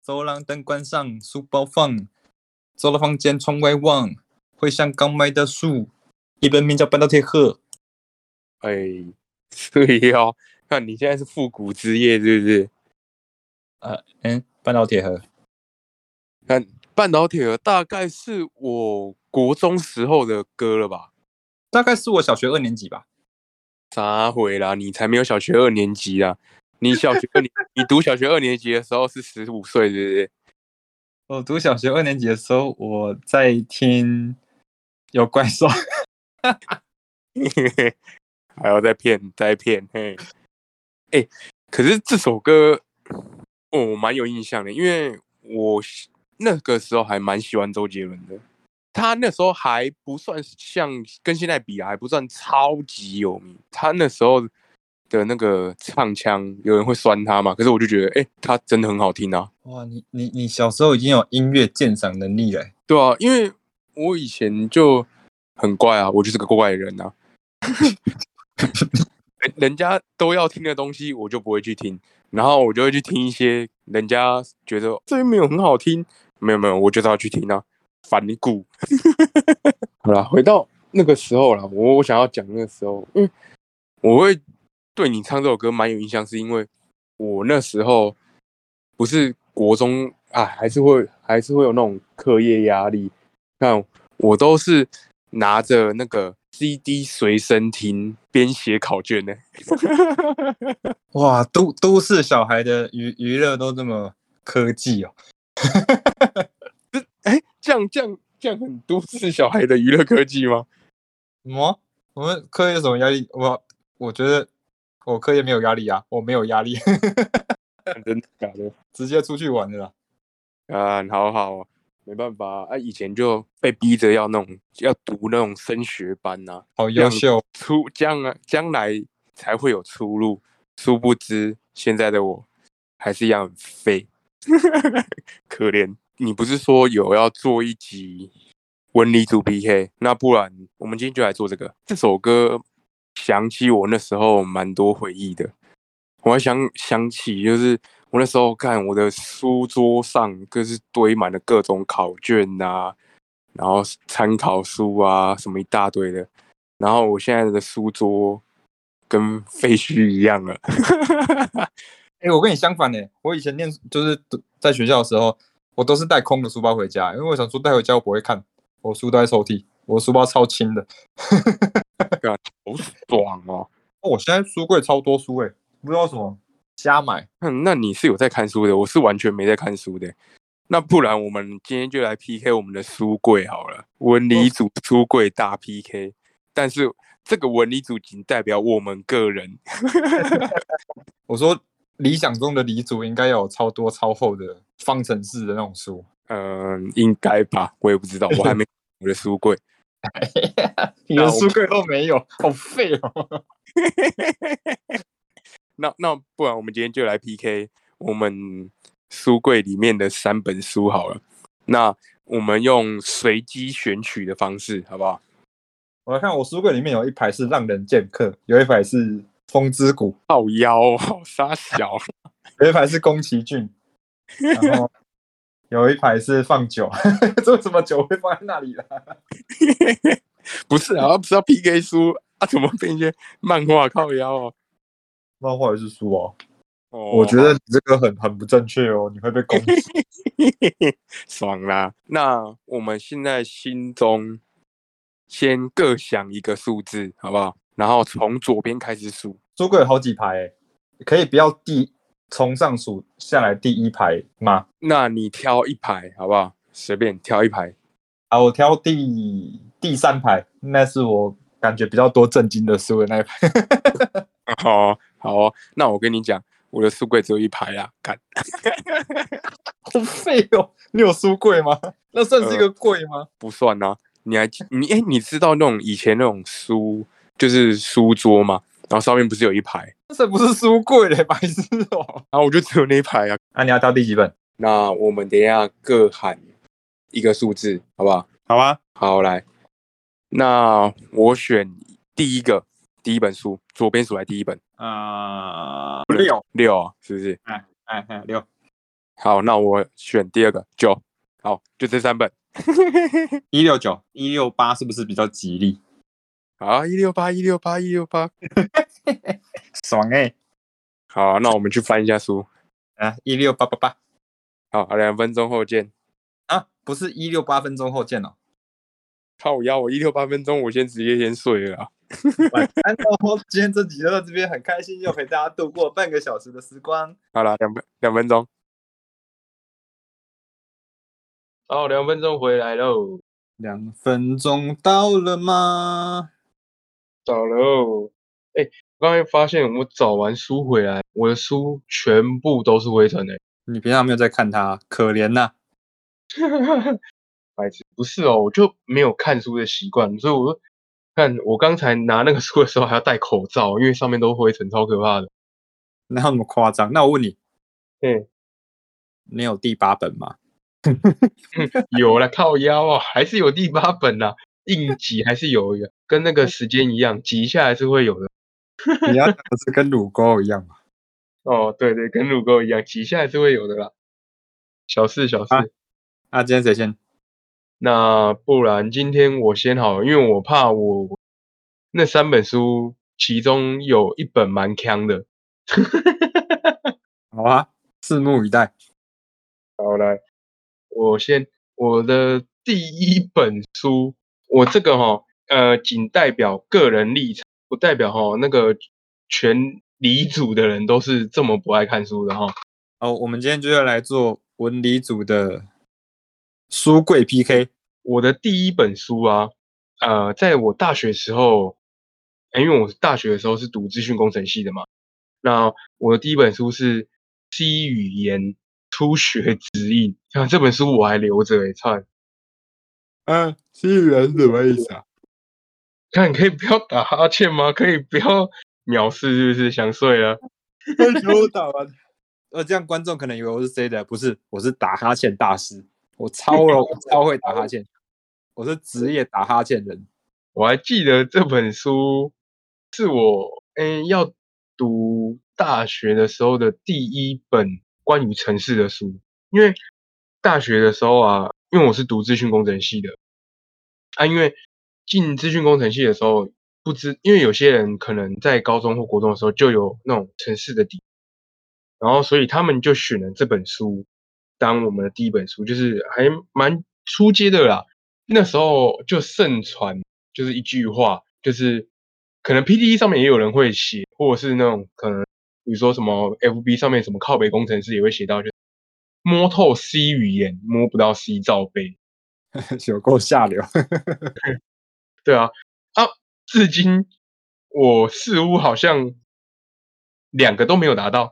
走廊灯关上，书包放，走到房间窗外望，会像刚埋的树，一本名叫《半导体盒》。 所以哦，看你现在是复古之夜是不是？ 半导体盒。 看半导体盒大概是我国中时候的歌了吧？ 大概是我小学2年级吧。 啥回啦？你才没有小学2年级啊！你读小学2年级的时候是15岁，对不对？ 我读小学2年级的时候，我在听有怪兽。 还要再骗，可是这首歌我蛮有印象的，因为我那个时候还蛮喜欢周杰伦的。他那时候还不算像跟现在比还不算超级有名。他那时候的那个唱腔，有人会酸他嘛？可是我就觉得，他真的很好听啊！ 哇，你小时候已经有音乐鉴赏能力了。 对啊，因为我以前就很怪啊，我就是个怪人啊。人家都要听的东西，我就不会去听，然后我就会去听一些人家觉得这边没有很好听，没有，我就是要去听啊，反骨。好啦，回到那个时候啦，我想要讲那个时候，因为我会对你唱这首歌蛮有印象，是因为我那时候不是国中啊，还是会有那种课业压力，看我都是拿着那个 CD 随身听边写考卷呢。 哇，都市小孩的娱乐都这么科技哦。 这样很都市小孩的娱乐科技吗？ 什么？我们课业有什么压力？我觉得我课业没有压力啊，我没有压力。 真的假的？ 直接出去玩的啦。 啊，好，没办法啊，以前就被逼着要读那种升学班啊， 好优秀， 将来才会有出路。殊不知现在的我还是一样很废，可怜。你不是说有要做一集文理组 PK？ 那不然我们今天就来做这个。这首歌想起我那时候蛮多回忆的，我还想起就是我那时候看我的书桌上就是堆满了各种考卷啊，然后参考书啊，什么一大堆的。然后我现在的书桌跟废墟一样了。 我跟你相反呢。我以前就是在学校的时候，我都是带空的书包回家，因为我想说带回家我不会看，我书都在抽屉，我书包超轻的。 好爽哦！ 我现在书柜超多书不知道什么瞎买。 那你是有在看书的，我是完全没在看书的。那不然我们今天就来 PK 我们的书柜好了，文理组书柜大 PK。但是这个文理组仅代表我们个人。 我说理想中的理组应该有超多超厚的方程式的那种书。 应该吧，我也不知道，我还没我的书柜。 你的书柜都没有，好废哦。 那不然我们今天就来 PK 我们书柜里面的3本书好了。那我们用随机选取的方式，好不好？ 我来看，我书柜里面有一排是《浪人剑客》，有一排是《风之谷》， 好妖哦，傻小。 有一排是宫崎骏，然后有一排是放酒。这为什么酒会放在那里啦？ 不是啊，不是要 PK 书啊？怎么变一些漫画靠腰哦？ 漫画还是书哦？我觉得你这个很不正确哦，你会被攻击。 爽啦！那我们现在心中先各想一个数字，好不好？然后从左边开始数。 书柜有好几排可以不要从上数下来第1排吗？ 那你挑1排好不好？随便挑1排。 啊，我挑第3排，那是我感觉比较多震惊的书的那一排。 好哦，那我跟你讲，我的书柜只有1排啊，干。 好废哦！你有书柜吗？那算是一个柜吗？ 不算啊。你知道那种以前那种书，就是书桌嘛，然后上面不是有1排？ 这不是书柜嘞，白痴哦！ 然后我就只有那1排啊。 你要挑第几本？ 那我们等一下各喊一个数字，好不好？ 好啊。 好，来，那我选第一本书，左边数来第1本。 6 6啊，是不是？ 6。 好，那我选第二个9。好，就这3本。 169、168是不是比较吉利？ 好，168。 爽好，那我们去翻一下书。 啊！16888 好，2分钟后见。 啊，不是168分钟后见哦。 靠腰，我168分钟，我直接先睡了啦。 晚安哦，今天这集就到这边，很开心又陪大家度过半个小时的时光。 好啦，2分钟。 好，2分钟回来喽。 2分钟到了吗？ 找喽。我刚才发现我找完书回来，我的书全部都是灰尘你平常没有在看它，可怜呐、 白痴，不是哦，我就没有看书的习惯，所以我就看我刚才拿那个书的时候还要戴口罩，因为上面都灰尘，超可怕的。 哪有那么夸张？那我问你，你有第8本吗？ 有了，靠腰啊，还是有第8本啊，硬挤还是有一个，跟那个时间一样，挤一下还是会有的。 你要讲的是跟乳沟一样吗？ 哦，对对，跟乳沟一样，挤一下还是会有的啦。小事小事。 那今天谁先？ 那不然今天我先好了，因为我怕我那3本书其中有一本蛮强的。 好啊，拭目以待。 好，来，我的第1本书，我这个仅代表个人立场，不代表那个全理组的人都是这么不爱看书的哈。 哦，我们今天就要来做文理组的书柜 PK。 我的第1本书啊，在我大学时候，因为我大学的时候是读资讯工程系的嘛，那我的第1本书是 C 语言初学指引，像这本书我还留着操！ C 语言什么意思啊？ 看，可以不要打哈欠吗？可以不要藐视是不是？想睡了？ 我打完，这样观众可能以为我是 C 的，不是，我是打哈欠大师，我超会打哈欠，我是职业打哈欠人。 我还记得这本书是我要读大学的时候的第1本关于程式的书，因为大学的时候啊，因为我是读资讯工程系的啊，因为进资讯工程系的时候，因为有些人可能在高中或国中的时候就有那种程式的底，然后所以他们就选了这本书当我们的第1本书，就是还蛮出街的啦。那时候就盛传就是一句话，就是可能 PTT 上面也有人会写，或者是那种可能比如说什么 FB 上面什么靠北工程师也会写到，就摸透 C 语言，摸不到 C 罩杯。 有够下流。 对啊，至今我似乎好像2个都没有达到。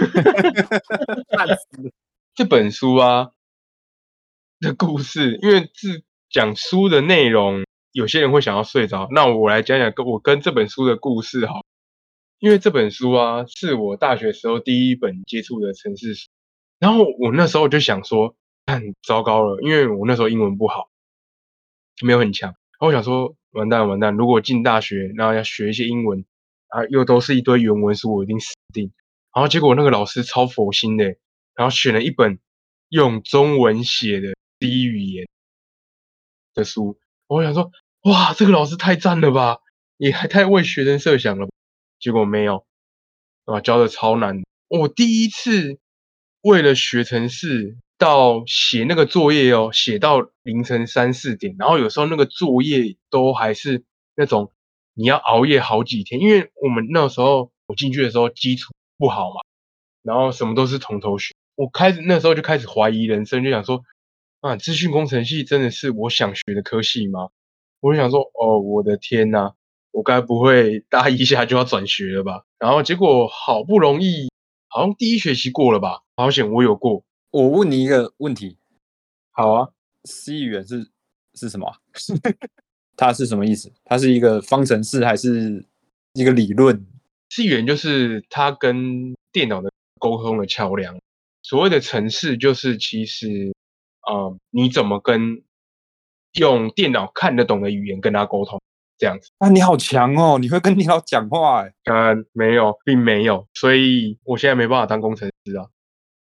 这本书啊的故事，因为是讲书的内容，有些人会想要睡着，那我来讲讲我跟这本书的故事好。因为这本书啊，是我大学时候第1本接触的程式书，然后我那时候就想说，糟糕了，因为我那时候英文不好，没有很强，然后我想说，完蛋，如果进大学，然后要学一些英文啊，又都是一堆原文书，我一定死定。然后结果那个老师超佛心的，然后选了一本用中文写的第一语言的书，我想说，哇，这个老师太赞了吧，也还太为学生设想了吧。结果没有，教的超难。我第一次为了学程式到写那个作业哦，写到凌晨3、4点，然后有时候那个作业都还是那种你要熬夜好几天，因为我们那时候我进去的时候基础不好嘛，然后什么都是从头学。我那时候就开始怀疑人生，就想说，资讯工程系真的是我想学的科系吗？我就想说，哦，我的天哪，我该不会大一下就要转学了吧？然后结果好不容易，好像第1学期过了吧，好险我有过。 我问你一个问题， 好啊， C 语言是什么啊？它是什么意思？它是一个方程式还是一个理论？ C 语言就是它跟电脑的沟通的桥梁。所谓的程式就是其实，你怎么跟用电脑看得懂的语言跟它沟通，这样子。 你好强哦，你会跟电脑讲话哎。 没有，并没有，所以我现在没办法当工程师啊。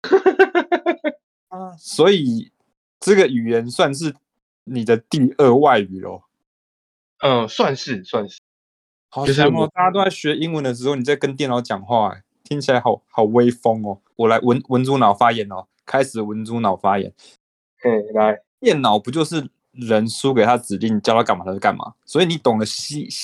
啊，所以这个语言算是你的第二外语咯。 算是， 好强哦！ 就是我大家都在学英文的时候，你在跟电脑讲话，听起来好威风哦。我来文主脑发言哦，开始文主脑发言。 来， 电脑不就是人输给他指令，叫他干嘛他就干嘛？所以你懂了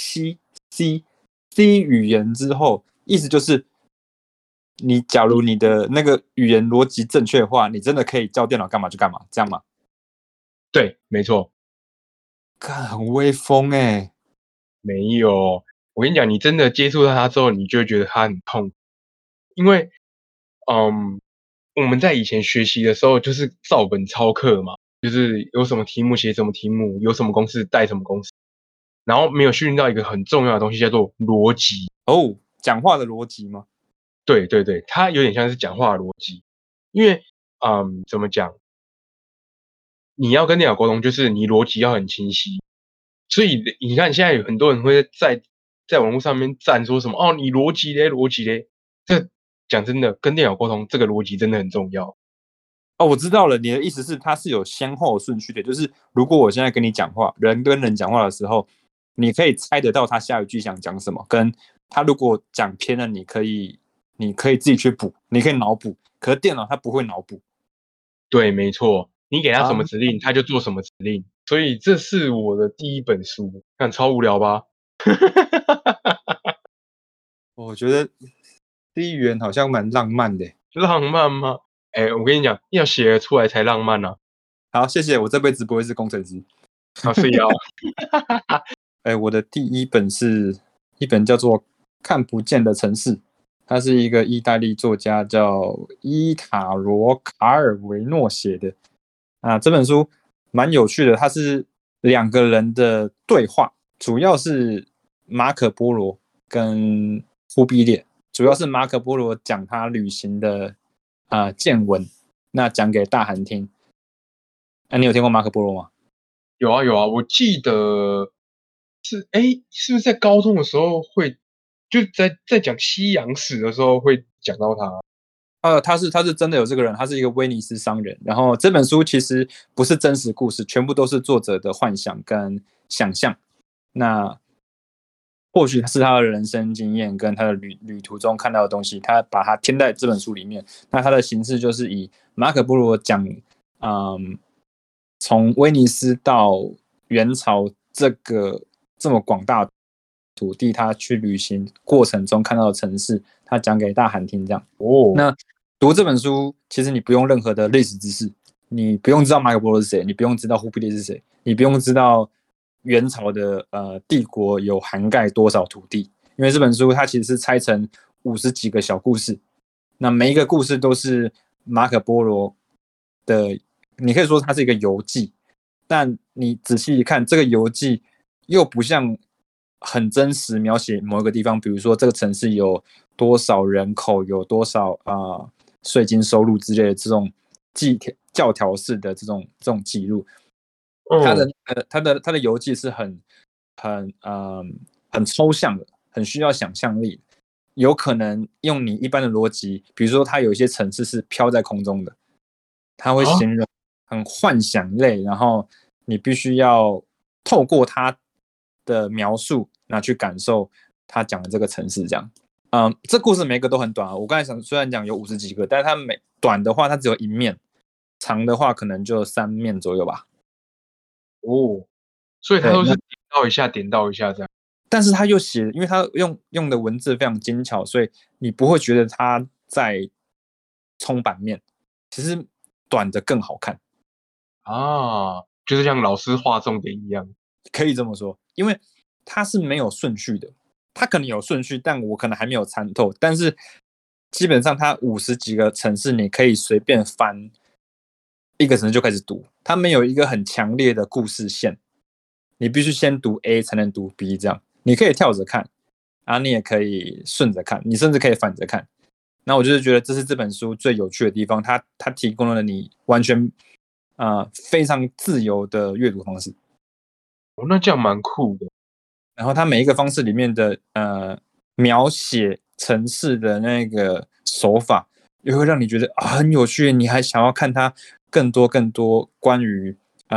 C 语言之后，意思就是你假如你的那个语言逻辑正确的话，你真的可以叫电脑干嘛就干嘛，这样吗？ 对，没错， 看很威风哎。 没有。我跟你讲，你真的接触到它之后，你就会觉得它很痛，因为我们在以前学习的时候就是照本抄课嘛，就是有什么题目写什么题目，有什么公式带什么公式，然后没有训练到一个很重要的东西，叫做逻辑。 哦，讲话的逻辑吗？ 对对对，它有点像是讲话的逻辑，因为怎么讲？你要跟电脑沟通，就是你逻辑要很清晰。所以你看，现在有很多人会在网络上面赞说什么哦，你逻辑嘞，逻辑嘞。这讲真的，跟电脑沟通，这个逻辑真的很重要。 哦，我知道了，你的意思是它是有先后顺序的，就是如果我现在跟你讲话，人跟人讲话的时候，你可以猜得到他下一句想讲什么，跟他如果讲偏了，你可以自己去补，你可以脑补，可是电脑它不会脑补对，没错，你给他什么啊。 指令，他就做什么指令。所以这是我的第一本书，看超无聊吧？ 我觉得第一语言好像蛮浪漫的。 浪漫吗？哎，我跟你讲，要写出来才浪漫啊！ 好，谢谢，我这辈子不会是工程师。 啊，是要哎，我的第一本是一本叫做《看不见的城市》，它是一个意大利作家叫伊塔罗·卡尔维诺写的。啊，这本书蛮有趣的，它是两个人的对话，主要是马可波罗跟忽必烈，主要是马可波罗讲他旅行的见闻，那讲给大汗听。那你有听过马可波罗吗？ 有啊有啊，我记得是不是在高中的时候会，就在讲西洋史的时候会讲到他？ 他是真的有这个人，他是一个威尼斯商人。然后这本书其实不是真实故事，全部都是作者的幻想跟想象。那或许是他的人生经验跟他的旅途中看到的东西，他把它填在这本书里面。那他的形式就是以马可波罗讲，从威尼斯到元朝这个这么广大的土地，他去旅行过程中看到的城市，他讲给大汗听这样。 哦， 那读这本书，其实你不用任何的历史知识，你不用知道马可波罗是谁，你不用知道忽必烈是谁，你不用知道元朝的帝国有涵盖多少土地，因为这本书它其实是拆成50几个小故事，那每一个故事都是马可波罗的，你可以说它是一个游记，但你仔细一看，这个游记又不像很真实描写某一个地方，比如说这个城市有多少人口，有多少税金收入之类的这种教条式的这种记录，他的游记是很抽象的，很需要想象力，有可能用你一般的逻辑，比如说它有一些城市是飘在空中的，他会形容很幻想类，然后你必须要透过他的描述，那去感受他讲的这个城市这样。这故事每个都很短啊。我刚才虽然讲有50几个，但是它短的话它只有一面，长的话可能就3面左右吧。 哦，所以他都是点到一下，点到一下这样。 但是他又写，因为他用的文字非常精巧，所以你不会觉得他在冲版面，其实短的更好看啊，就是像老师画重点一样。 可以这么说，因为它是没有顺序的，它可能有顺序，但我可能还没有参透。但是基本上它50几个城市，你可以随便翻一个城市就开始读，它没有一个很强烈的故事线，你必须先读 A 才能读 B 这样。你可以跳着看，然后你也可以顺着看，你甚至可以反着看。那我就是觉得这是这本书最有趣的地方，它提供了你完全非常自由的阅读方式。 哦，那这样蛮酷的。 然后它每一个方式里面的描写城市的那个手法， 也会让你觉得很有趣，你还想要看他更多关于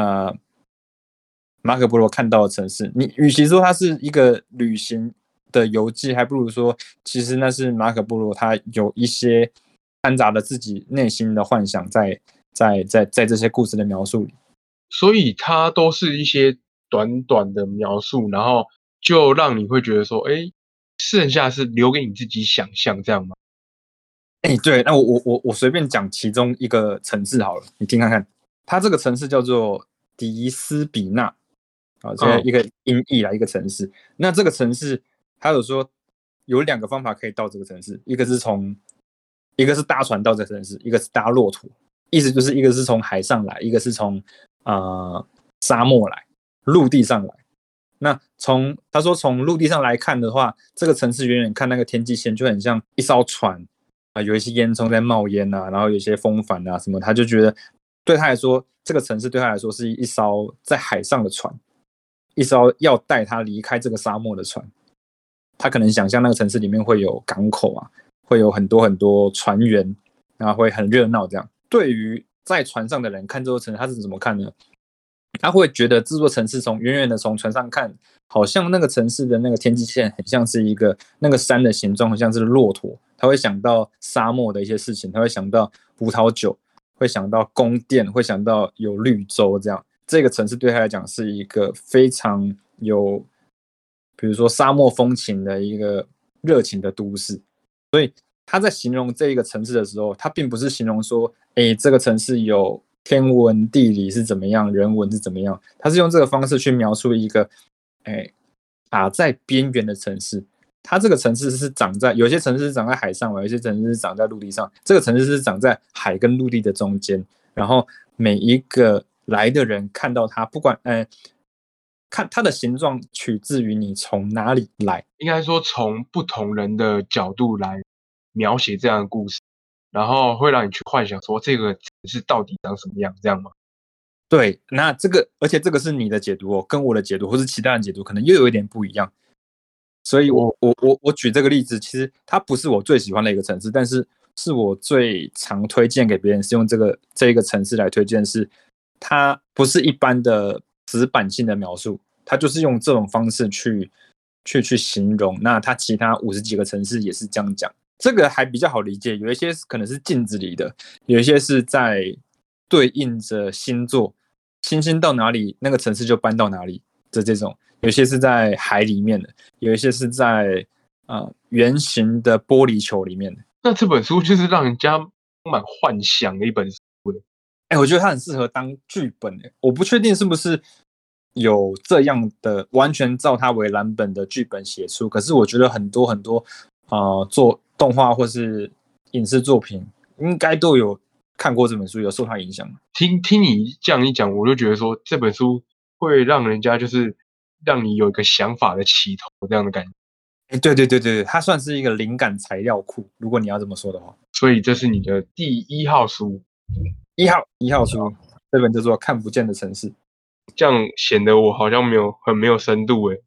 马可波罗看到的城市。你与其说它是一个旅行的游记，还不如说其实那是马可波罗他有一些掺杂了自己内心的幻想在这些故事的描述里。 所以它都是一些短短的描述，然后就让你会觉得说，哎，剩下是留给你自己想象，这样吗？ 对，那我随便讲其中一个城市好了，你听看看，它这个城市叫做迪斯比纳。这一个音译啦，一个城市。那这个城市，他有说有2个方法可以到这个城市，一个是搭船到这个城市，一个是搭骆驼。意思就是一个是从海上来，一个是从沙漠来，陆地上来。那他说从陆地上来看的话，这个城市远远看那个天际线就很像一艘船有一些烟囱在冒烟啊，然后有一些风帆啊什么，他就觉得对他来说，这个城市对他来说是一艘在海上的船。一艘要带他离开这个沙漠的船，他可能想象那个城市里面会有港口啊，会有很多船员，然后会很热闹这样。对于在船上的人看这座城市，他是怎么看呢？他会觉得这座城市远远的从船上看，好像那个城市的那个天际线很像是一个那个山的形状，很像是骆驼。他会想到沙漠的一些事情，他会想到葡萄酒，会想到宫殿，会想到有绿洲这样。这个城市对他来讲是一个非常有，比如说沙漠风情的一个热情的都市。所以他在形容这一个城市的时候，他并不是形容说，这个城市有天文地理是怎么样，人文是怎么样，他是用这个方式去描述一个，卡在边缘的城市。它这个城市是长在，有些城市是长在海上，有些城市是长在陆地上。这个城市是长在海跟陆地的中间，然后每一个来的人看到它，不管看它的形状取自于你从哪里来， 应该说从不同人的角度来描写这样的故事，然后会让你去幻想说这个城市到底长什么样，这样吗？ 对，那而且这个是你的解读跟我的解读或是其他人解读可能又有一点不一样。所以我举这个例子，其实它不是我最喜欢的一个城市，但是是我最常推荐给别人，是用这一个城市来推荐，是它不是一般的死板性的描述，它就是用这种方式去形容。那它其他50几个城市也是这样讲，这个还比较好理解。有一些可能是镜子里的，有一些是在对应着星座，星星到哪里，那个城市就搬到哪里的这种。有些是在海里面的，有一些是在圆形的玻璃球里面的。 那这本书就是让人家充满幻想的一本书。 我觉得它很适合当剧本。我不确定是不是有这样的完全照它为蓝本的剧本写出，可是我觉得很多做动画或是影视作品应该都有看过这本书，有受它影响。 听你这样一讲，我就觉得说这本书会让人家就是让你有一个想法的起头这样的感觉。 对，它算是一个灵感材料库，如果你要这么说的话。 所以这是你的第1号书， 一号书，这本叫做《看不见的城市》。 这样显得我好像很没有深度诶。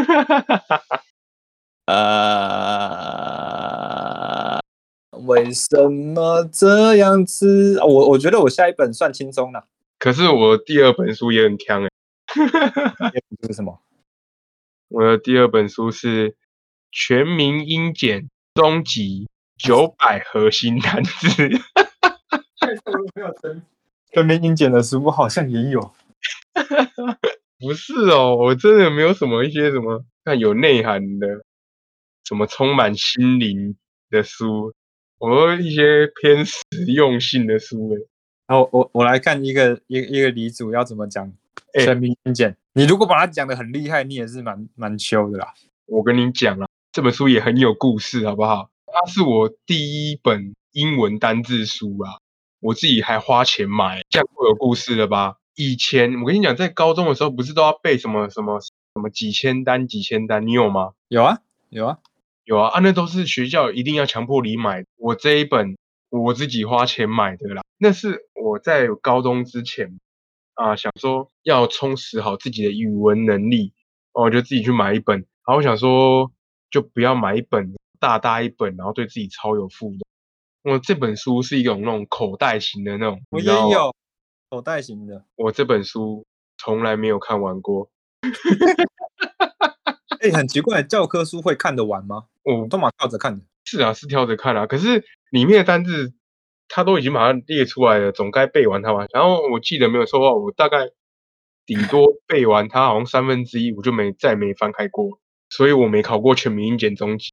为什么这样子？我觉得我下一本算轻松了。 可是我第2本书也很强诶。 是什么？ 我的第2本书是《全民英检终极900核心单字》。 全民英检的书我好像也有。 不是哦，我真的没有什么一些什么看有内涵的，什么充满心灵的书，我都一些偏实用性的书诶。 然后我来看一个理组要怎么讲全民英检。你如果把它讲得很厉害，你也是蛮秋的啦。 我跟你讲啦，这本书也很有故事，好不好？它是我第1本英文单字书啊，我自己还花钱买，这样够有故事了吧？以前我跟你讲，在高中的时候不是都要背什么几千单，你有吗？ 有啊， 那都是学校一定要强迫你买。我这一本我自己花钱买的啦，那是我在高中之前想说要充实好自己的语文能力，我就自己去买一本。然后我想说就不要买一本大一本，然后对自己超有负担。 我这本书是一种那种口袋型的那种， 我你知道吗？ 也有口袋型的。 我这本书从来没有看完过， 哎、很奇怪，教科书会看得完吗？ 我都马跳着看的。 是啊是挑着看啊，可是里面的单字它都已经把它列出来了，总该背完它吧？然后我记得没有错的话，我大概顶多背完它好像1/3，我就再没翻开过，所以我没考过全民英检中级。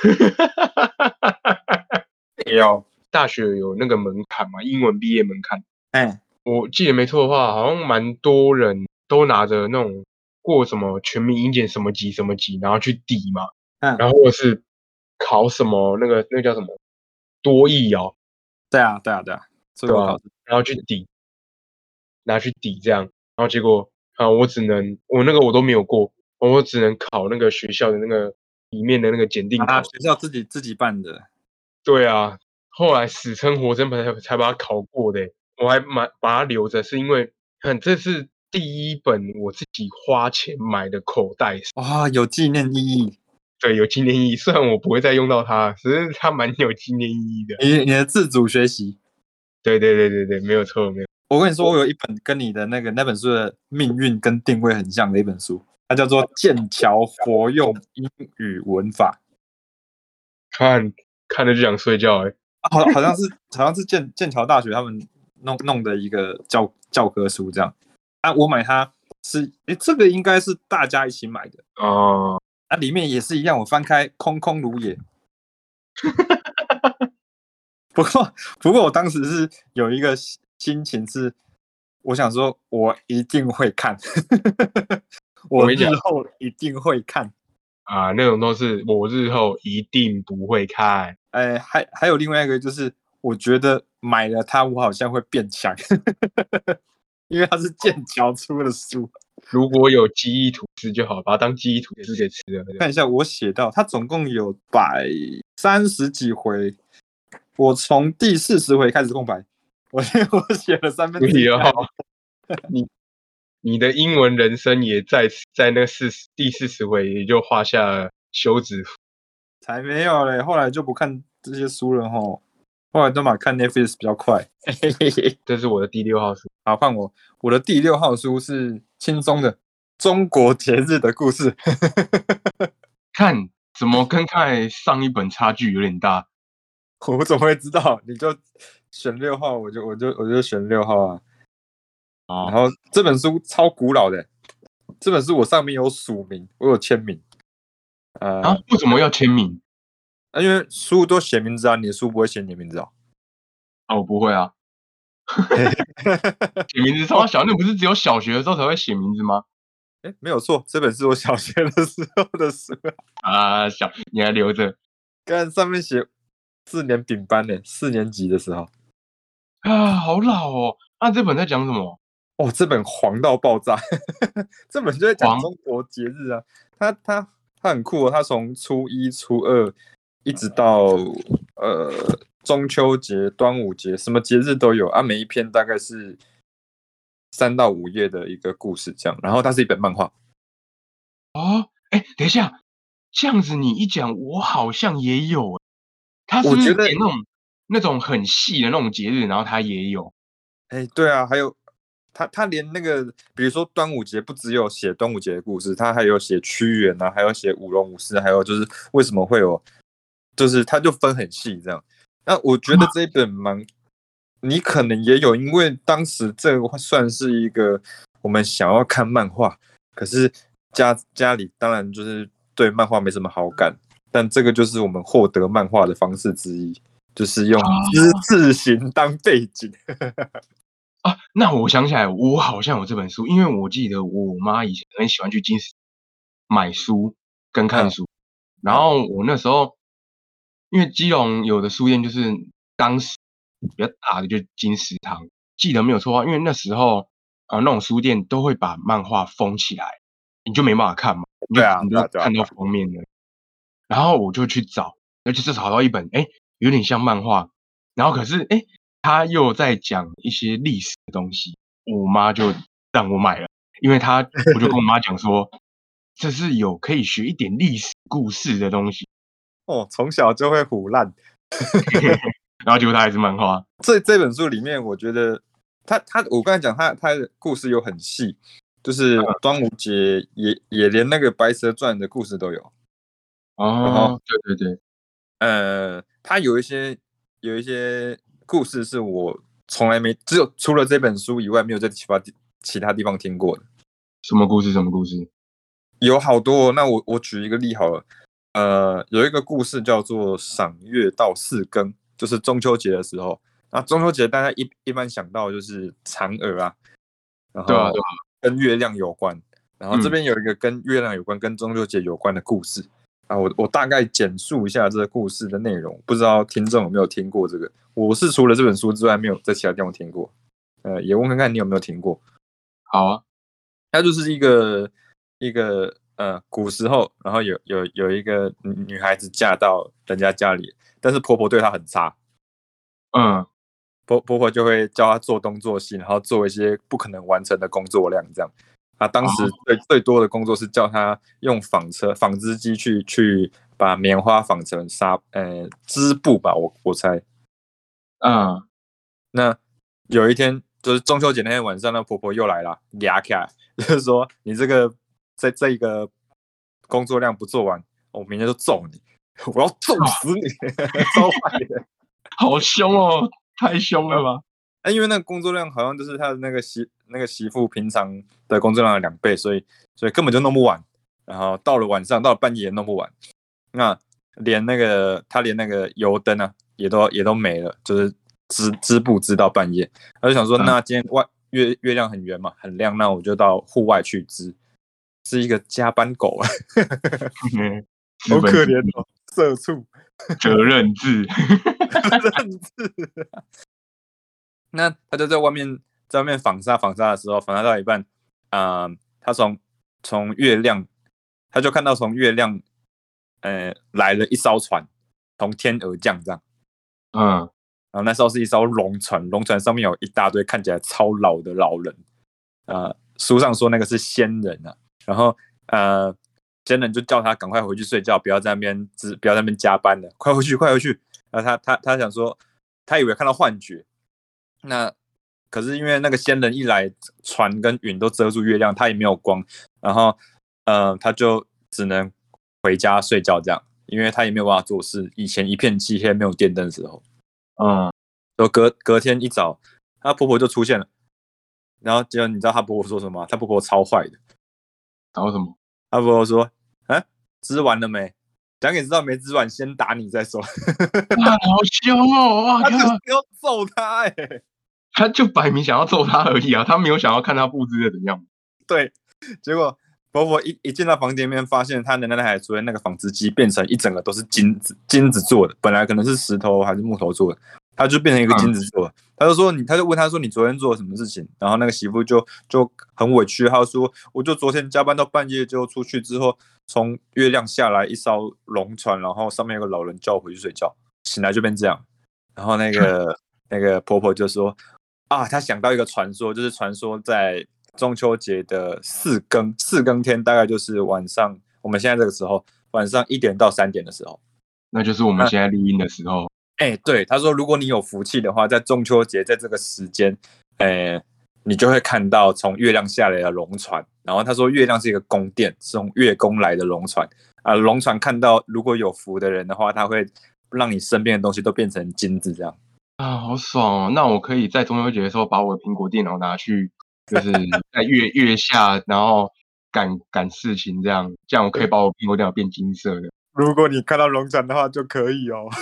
有。 大学有那个门槛嘛，英文毕业门槛。 哎， 我记得没错的话，好像蛮多人都拿着那种过什么全民英检什么级什么级，然后去抵嘛，然嗯， 后或者是考什么那个叫什么多益哦， 对啊，对啊，对啊，出对吧？ 国考试。 然后去抵，拿去抵这样，然后结果我那个我都没有过，我只能考那个学校的那个里面的那个检定考。 学校自己办的。 对啊，后来死撑活撑才把它考过的，我还把它留着，是因为这是第一本我自己花钱买的口袋书， 哇，有纪念意义。 对，有纪念意义。虽然我不会再用到它，只是它蛮有纪念意义的。 你的自主学习。 对对对对对，没有错，没有。 我跟你说，我有一本跟你的那本书的命运跟定位很像的一本书，它叫做《剑桥活用英语文法》。 看着就想睡觉哎。 好像是剑桥大学他们弄的一个教科书这样。啊，我买它是，这个应该是大家一起买的。 哦， 啊，里面也是一样，我翻开空空如也。不过我当时是有一个心情是，我想说我一定会看。我日后一定会看。 啊，那种都是我日后一定不会看。 还有另外一个就是，我觉得买了它，我好像会变强。因为它是剑桥出的书。 如果有记忆吐司就好，把它当记忆吐司给吃了。 看一下我写到，它总共有130几回，我从第40回开始空白，我写了1/3。 你的英文人生也在那第40回也就画下了休止符。 才没有嘞，后来就不看这些书了吼，后来都嘛看 Netflix 比较快。 这是我的第6号书。 好，换我的第6号书是轻松的中国节日的故事。 看怎么跟看上一本差距有点大。 我怎么会知道？你就选6号，我就选6号啊。然后这本书超古老的，这本书我上面有署名，我有签名。 为什么要签名？ 因为书都写名字啊，你的书不会写你的名字哦。 我不会啊。写名字超小，那不是只有小学的时候才会写名字吗？ 没有错，这本是我小学的时候的书啊。你还留着？ 看上面写4年丙班呢，4年级的时候啊，好老哦。那这本在讲什么？ 这本黄到爆炸。这本就在讲中国节日啊。它很酷哦，它从初1、初2一直到中秋节、端午节，什么节日都有啊。每一篇大概是3到5页的一个故事这样，然后它是一本漫画。 等一下，这样子你一讲，我好像也有。它是不是连那种很细的那种节日，然后它也有？ 对啊，还有他连那个，比如说端午节，不只有写端午节的故事，他还有写屈原啊，还有写舞龙舞狮，还有就是为什么会有，就是他就分很细这样。那我觉得这一本你可能也有，因为当时这个算是一个我们想要看漫画，可是家里当然就是对漫画没什么好感，但这个就是我们获得漫画的方式之一，就是用字形当背景。 那我想起来，我好像有这本书，因为我记得我妈以前很喜欢去金石买书跟看书，然后我那时候因为基隆有的书店就是当时比较大的就金石堂，记得没有错的话，因为那时候那种书店都会把漫画封起来，你就没办法看嘛，你就看到封面了。然后我就去找，而且找到一本有点像漫画，然后可是他又在讲一些历史的东西，我妈就让我买了，因为我就跟我妈讲说，这是有可以学一点历史故事的东西。 从小就会唬烂。 然后结果它还是漫画。 这本书里面，我觉得我刚才讲他的故事又很细，就是端午节也连那个白蛇传的故事都有。然后哦，对对对， 他有一些故事是我从来没只有除了这本书以外，没有在其他地方听过的。 什么故事？什么故事？ 有好多哦，那我举一个例好了。有一个故事叫做赏月到四更，就是中秋节的时候。那中秋节大家一般想到就是嫦娥啊，然后对啊对啊， 跟月亮有关。然后这边有一个跟月亮有关、跟中秋节有关的故事啊，我大概简述一下这个故事的内容，不知道听众有没有听过这个？我是除了这本书之外，没有在其他地方听过。也问看看你有没有听过？ 好啊， 它就是一个古时候，然后有一个女孩子嫁到人家家里，但是婆婆对她很差， 嗯， 婆婆就会叫她做东做西，然后做一些不可能完成的工作量，这样。她当时最多的工作是叫她用纺织机去把棉花纺成织布吧，我猜。 嗯， 那有一天就是中秋节那天晚上，那婆婆又来了，牙起来，就是说你这一个工作量不做完，我明天就揍你，我要揍死你，超坏的。 好凶哦，太凶了吧？ 因为那个工作量好像就是他的那个媳妇平常的工作量的2倍，所以根本就弄不完。然后到了晚上，到了半夜也弄不完。那他连那个油灯啊也都没了，就是织布织到半夜。他就想说，那今天月亮很圆嘛，很亮，那我就到户外去织。是一个加班狗啊，好可怜哦，社畜， 责任制， 责任制。那他就在外面纺纱的时候，纺纱到一半，他从月亮，他就看到从月亮，来了一艘船，从天而降这样。 嗯， 然后那时候是一艘龙船，龙船上面有一大堆看起来超老的老人。书上说那个是仙人啊。然后仙人就叫他赶快回去睡觉，不要在那边加班了，快回去，快回去。然后他想说，他以为看到幻觉。那可是因为那个仙人一来，船跟云都遮住月亮，他也没有光，然后他就只能回家睡觉这样，因为他也没有办法做事。以前一片漆黑没有电灯的时候，然后隔天一早，他婆婆就出现了，然后结果你知道他婆婆说什么吗？他婆婆超坏的， 然后什么？ 他婆婆说：“织完了没？讲给知道没织完，先打你再说。” 哇，好凶哦！哇， 他就是要揍他他就摆明想要揍他而已啊，他没有想要看他布置的怎样。 对，结果婆婆一进到房间里面，发现她的那台昨天那个纺织机变成一整个都是金子做的，本来可能是石头还是木头做的，它就变成一个金子做的。他就问他说：“你昨天做了什么事情？”然后那个媳妇就很委屈，她说：“我就昨天加班到半夜，就出去之后，从月亮下来一艘龙船，然后上面有个老人叫我回去睡觉，醒来就变这样。”然后那个婆婆就说：“她想到一个传说，就是传说在中秋节的四更天，大概就是晚上，我们现在这个时候，晚上1点到3点的时候， 那就是我们现在录音的时候。 对，他说，如果你有福气的话，在中秋节在这个时间，你就会看到从月亮下来的龙船。然后他说，月亮是一个宫殿，是从月宫来的龙船龙船看到如果有福的人的话，他会让你身边的东西都变成金子，这样啊，好爽哦！那我可以在中秋节的时候把我的苹果电脑拿去，就是在月下，然后赶事情，这样我可以把我苹果电脑变金色的。 如果你看到龙船的话，就可以哦。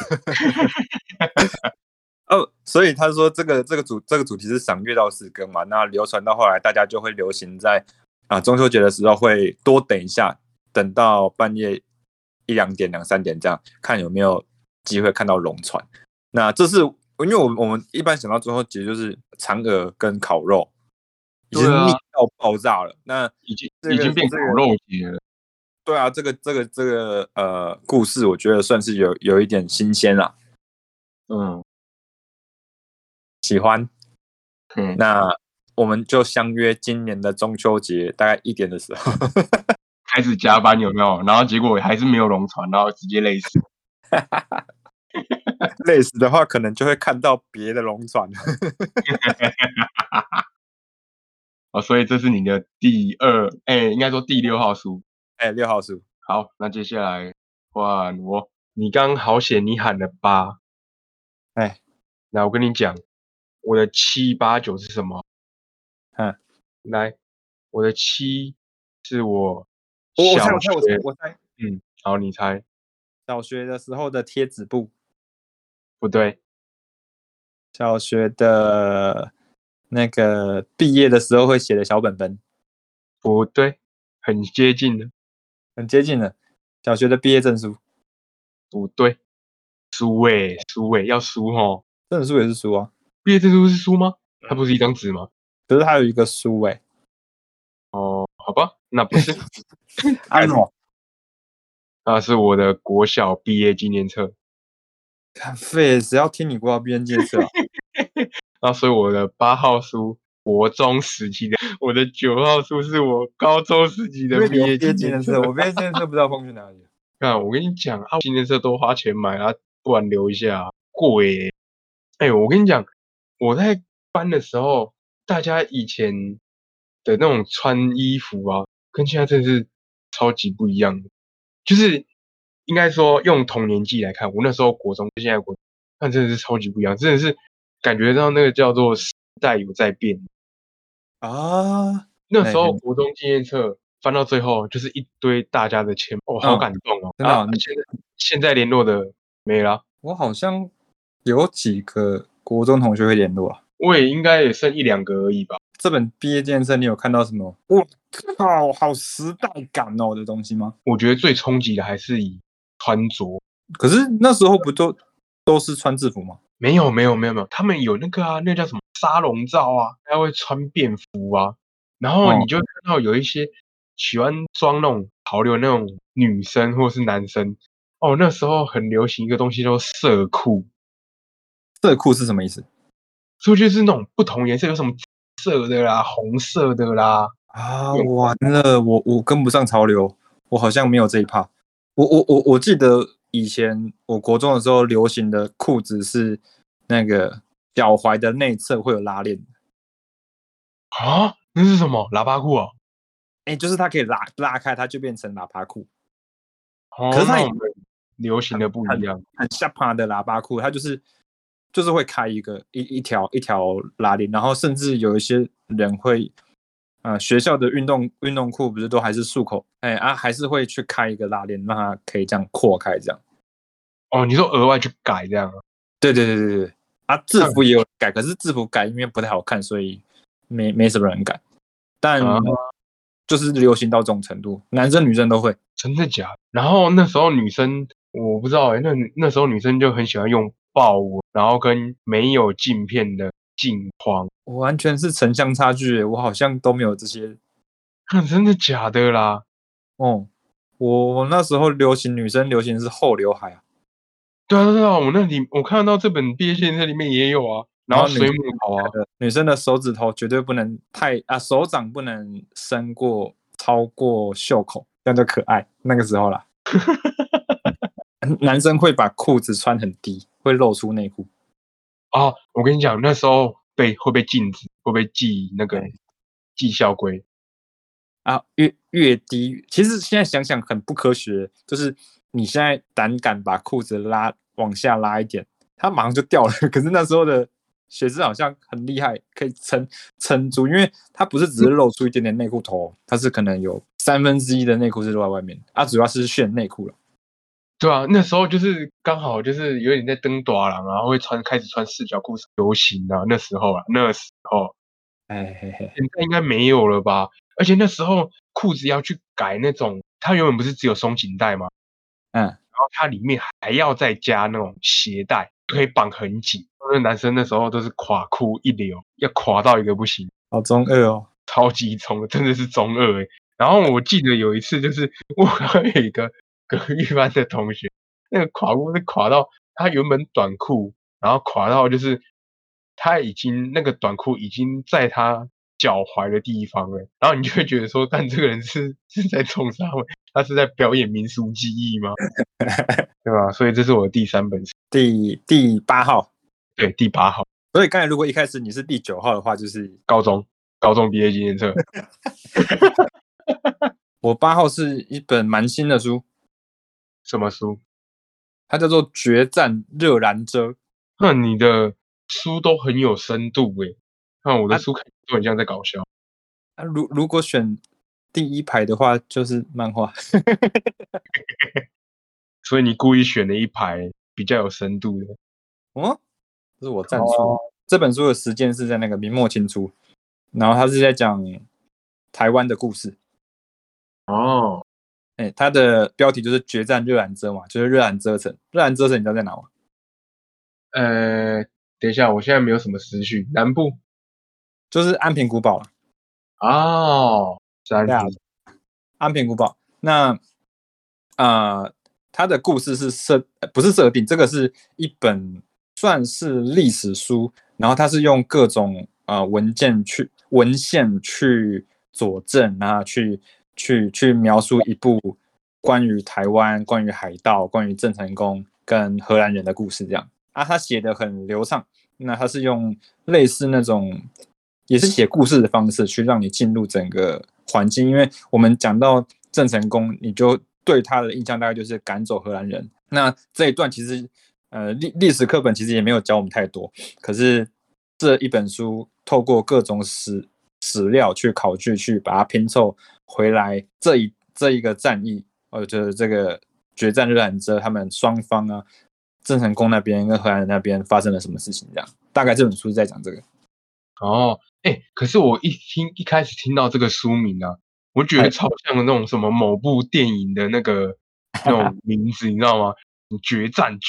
所以他说这个主题是赏月到四更嘛，那流传到后来，大家就会流行在中秋节的时候会多等一下，等到半夜1、2点、2、3点这样，看有没有机会看到龙船。那这是因为我们一般想到中秋节就是嫦娥跟烤肉，已经腻到爆炸了。那已经变烤肉节了。 对啊，这个故事我觉得算是有一点新鲜啦。喜欢。那我们就相约今年的中秋节大概1点的时候开始加班有没有？然后结果还是没有龙船，然后直接累死。 累死的话，可能就会看到别的龙船。 哦，所以这是你的第二，应该说第6号书。 6号书。 好，那接下来换我。你刚好险，你喊了8。 哎， 那我跟你讲，我的7、8、9是什么？来，我的7是我我猜， 小学， 我猜， 好，你猜， 小学的时候的贴纸布， 不对， 小学的那个毕业的时候会写的小本本， 不对，很接近的， 很接近了。小学的毕业证书， 不对，书要书哦。 证书也是书啊， 毕业证书是书吗？它不是一张纸吗？ 可是它有一个书哦，好吧，那不是， 安哦， 那是我的国小毕业纪念册。 看废，谁要听你国小毕业纪念册啊？ 那所以我的8号书国中时期的，我的9号书是我高中时期的因为你有毕业毕业纪念册， 纪念册。 我毕业纪念册不知道放去哪里了。 看，我跟你讲啊，纪念册都花钱买啊，不然留一下贵耶。我跟你讲，我在班的时候，大家以前的那种穿衣服啊，跟现在真的是超级不一样的。就是应该说用同年纪来看，我那时候国中跟现在国中，那真的是超级不一样，真的是感觉到那个叫做时代有在变。 啊， 那时候国中纪念册翻到最后就是一堆大家的签，好感动哦。 真的哦现在联络的没了， 我好像有几个国中同学会联络啊。 我也应该也剩1、2个而已吧。 这本毕业纪念册你有看到什么？我靠，好时代感哦的东西吗？ 我觉得最冲击的还是以穿着， 可是那时候不都是穿制服吗？ 没有，他们有那个啊，那叫什么沙龙照啊，他会穿便服啊，然后你就会看到有一些喜欢装那种潮流那种女生或是男生，哦，那时候很流行一个东西叫做色裤， 色裤是什么意思所以就是那种不同颜色，有什么紫色的啦、红色的啦， 啊？完了，我跟不上潮流，我好像没有这一趴。我记得以前我国中的时候流行的裤子是那个脚踝的内侧会有拉链， 啊，那是什么喇叭裤啊？ 就是它可以拉开，它就变成喇叭裤。可哦， 是它也那我们流行的不一样。 很下趴的喇叭裤，它就是会开一条拉链，然后甚至有一些人会，学校的运动裤不是都还是束口，还是会去开一个拉链，让它可以这样扩开这样。 哦，你说额外去改这样啊？ 对对对对对，制服也有改，可是制服改因为不太好看，所以没什么人改。但就是流行到这种程度，男生女生都会。 真的假的？然后那时候女生，我不知道那时候女生就很喜欢用豹纹，然后跟没有镜片的镜框。 我完全是城乡差距，我好像都没有这些。 真的假的啦？ 哦，我那时候流行女生流行的是后刘海啊， 对啊对啊，我看到这本毕业纪念册里面也有啊，然后水母袍啊， 女生的手指头绝对不能手掌不能伸过超过袖口，这样就可爱。那个时候啦，男生会把裤子穿很低，会露出内裤。 啊，我跟你讲，那时候会被禁止，会被记那个记校规啊，越低，其实现在想想很不科学，就是你现在胆敢把裤子往下拉一点，它马上就掉了。可是那时候的学生好像很厉害，可以撑住，因为它不是只是露出一点点内裤头，它是可能有1/3的内裤是露在外面，主要是炫内裤了。 对啊，那时候就是刚好就是有点在登短廊啊，然后开始穿四角裤流行啊，那时候，现在应该没有了吧？而且那时候裤子要去改那种，它原本不是只有松紧带吗？然后它里面还要再加那种鞋带，可以绑很紧。那男生那时候都是垮裤一流，要垮到一个不行， 好中二哦， 超级中，真的是中二然后我记得有一次，就是我有一个隔壁班的同学，那个垮裤是垮到他原本短裤，然后垮到就是他那个短裤已经在他脚踝的地方了，然后你就会觉得说，但这个人是在冲啥？ 他是在表演民俗技艺吗？对吧？所以这是我的第3本书， 第8号。 对，第8号， 所以刚才如果一开始你是第9号的话，就是高中毕业纪念册。 我8号是一本蛮新的书， 什么书？ 它叫做《决战热兰遮》。 那你的书都很有深度诶，那我的书看都很像在搞笑。 如果选第1排的话，就是漫画。 所以你故意选了一排比较有深度的。 哦，这是我战术。这本书的时间是在那个明末清初，然后它是在讲台湾的故事。 哦， 它的标题就是决战热兰遮嘛，就是热兰遮城。热兰遮城你知道在哪吗？ 等一下，我现在没有什么思绪。南部就是安平古堡。 哦，这样子。 安平古堡。那它的故事是不是设定？这个是一本算是历史书，然后它是用各种文献去佐证，然后去描述一部关于台湾、关于海盗、关于郑成功跟荷兰人的故事这样。他写的很流畅，那他是用类似那种也是写故事的方式去让你进入整个环境，因为我们讲到郑成功，你就对他的印象大概就是赶走荷兰人。那这一段其实历史课本其实也没有教我们太多，可是这一本书透过各种史料去考据，去把它拼凑回来这一个战役，就是这个决战热兰遮他们双方啊，郑成功那边跟荷兰人那边发生了什么事情，这样大概这本书是在讲这个。 哦，可是我一开始听到这个书名啊，我觉得超像那种什么某部电影的那种名字，你知道吗？决战，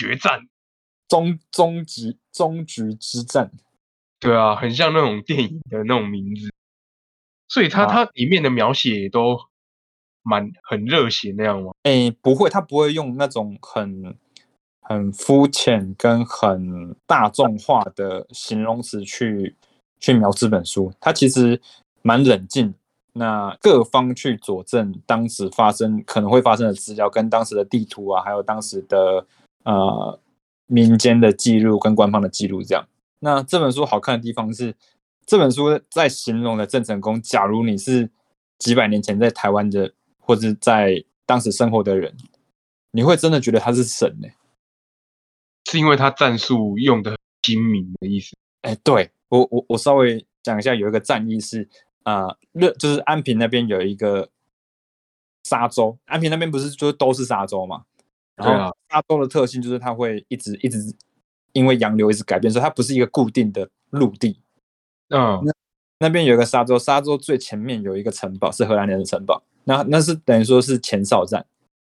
终局之战。 对啊，很像那种电影的那种名字。所以它里面的描写也都很热血那样吗？ 不会，他不会用那种很肤浅跟很大众化的形容词去描这本书。他其实蛮冷静，那各方去佐证当时可能会发生的资料，跟当时的地图啊，还有当时的民间的记录跟官方的记录这样。那这本书好看的地方是，这本书在形容的郑成功，假如你是几百年前在台湾的，或者在当时生活的人，你会真的觉得他是神欸。 是因为他战术用的精明的意思。 对，我稍微讲一下，有一个战役是就是安平那边有一个沙洲，安平那边不是就都是沙洲嘛？然后沙洲的特性就是它会一直因为洋流一直改变，所以它不是一个固定的陆地。那边有一个沙洲，沙洲最前面有一个城堡，是荷兰人的城堡。那是等于说是前哨站。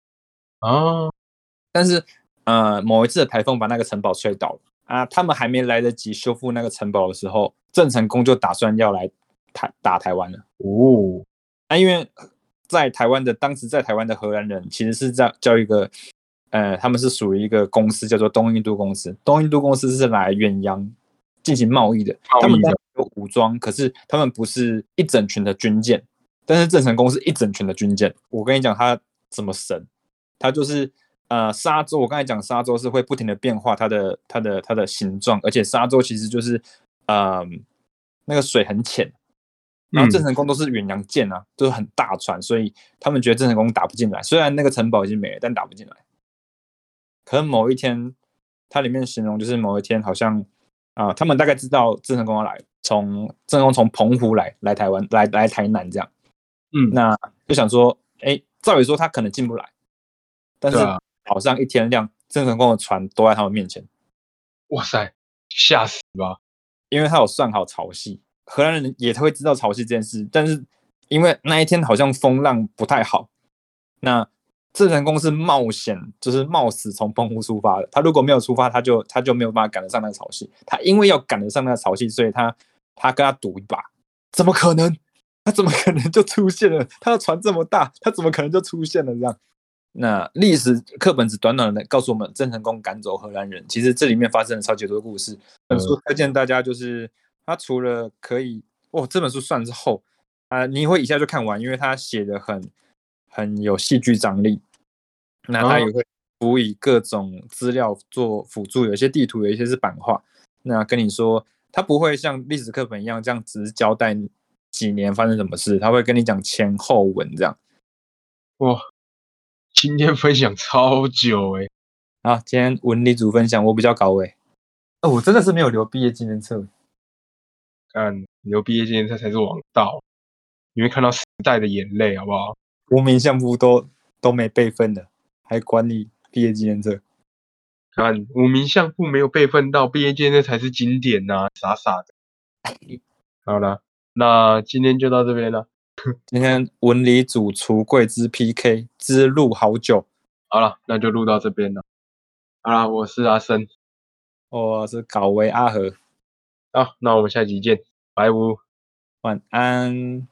但是某一次的台风把那个城堡吹倒了啊，他们还没来得及修复那个城堡的时候，郑成功就打算要来打台湾了。因为当时在台湾的荷兰人其实是叫一个他们是属于一个公司叫做东印度公司。东印度公司是来远洋进行贸易的，他们有武装，可是他们不是一整群的军舰，但是郑成功是一整群的军舰。我跟你讲他怎么神，他就是沙洲，我刚才讲沙洲是会不停的变化它的形状，而且沙洲其实就是那个水很浅，然后郑成功都是远洋舰啊，就是很大船，所以他们觉得郑成功打不进来。虽然那个城堡已经没了，但打不进来。可能某一天，它里面形容就是某一天好像他们大概知道郑成功要来，郑成功从澎湖来台湾来台南这样。那就想说，照理说他可能进不来，但是早上一天亮，郑成功的船都在他们面前。 哇塞，吓死吧！ 因为他有算好潮汐，荷兰人也会知道潮汐这件事，但是因为那一天好像风浪不太好，那郑成功是冒险，就是冒死从澎湖出发的。他如果没有出发，他就没有办法赶得上那个潮汐。他因为要赶得上那个潮汐，所以他跟他赌一把，怎么可能？他怎么可能就出现了？他的船这么大，他怎么可能就出现了这样？那历史课本只短短的告诉我们郑成功赶走荷兰人，其实这里面发生了超级多故事。本书推荐大家就是他除了可以这本书算是厚你会一下就看完，因为他写的很有戏剧张力。那它也会辅以各种资料做辅助，有些地图，有一些是版画。那跟你说，它不会像历史课本一样这样只是交代几年发生什么事，它会跟你讲前后文这样。 哇，今天分享超久欸。 好，今天文理组分享我比较高欸。我真的是没有留毕业纪念册。 看留毕业纪念册才是王道，你会看到时代的眼泪，好不好？ 国民相簿都没备份的，还管你毕业纪念册？ 看五名相簿没有备份到，毕业纪念册才是经典呐，傻傻的。好了，那今天就到这边了。 今天文理组橱柜之 PK 之录好久。 好了，那就录到这边了。好了，我是阿生， 我是搞维阿和， 好，那我们下集见，拜拜。 晚安。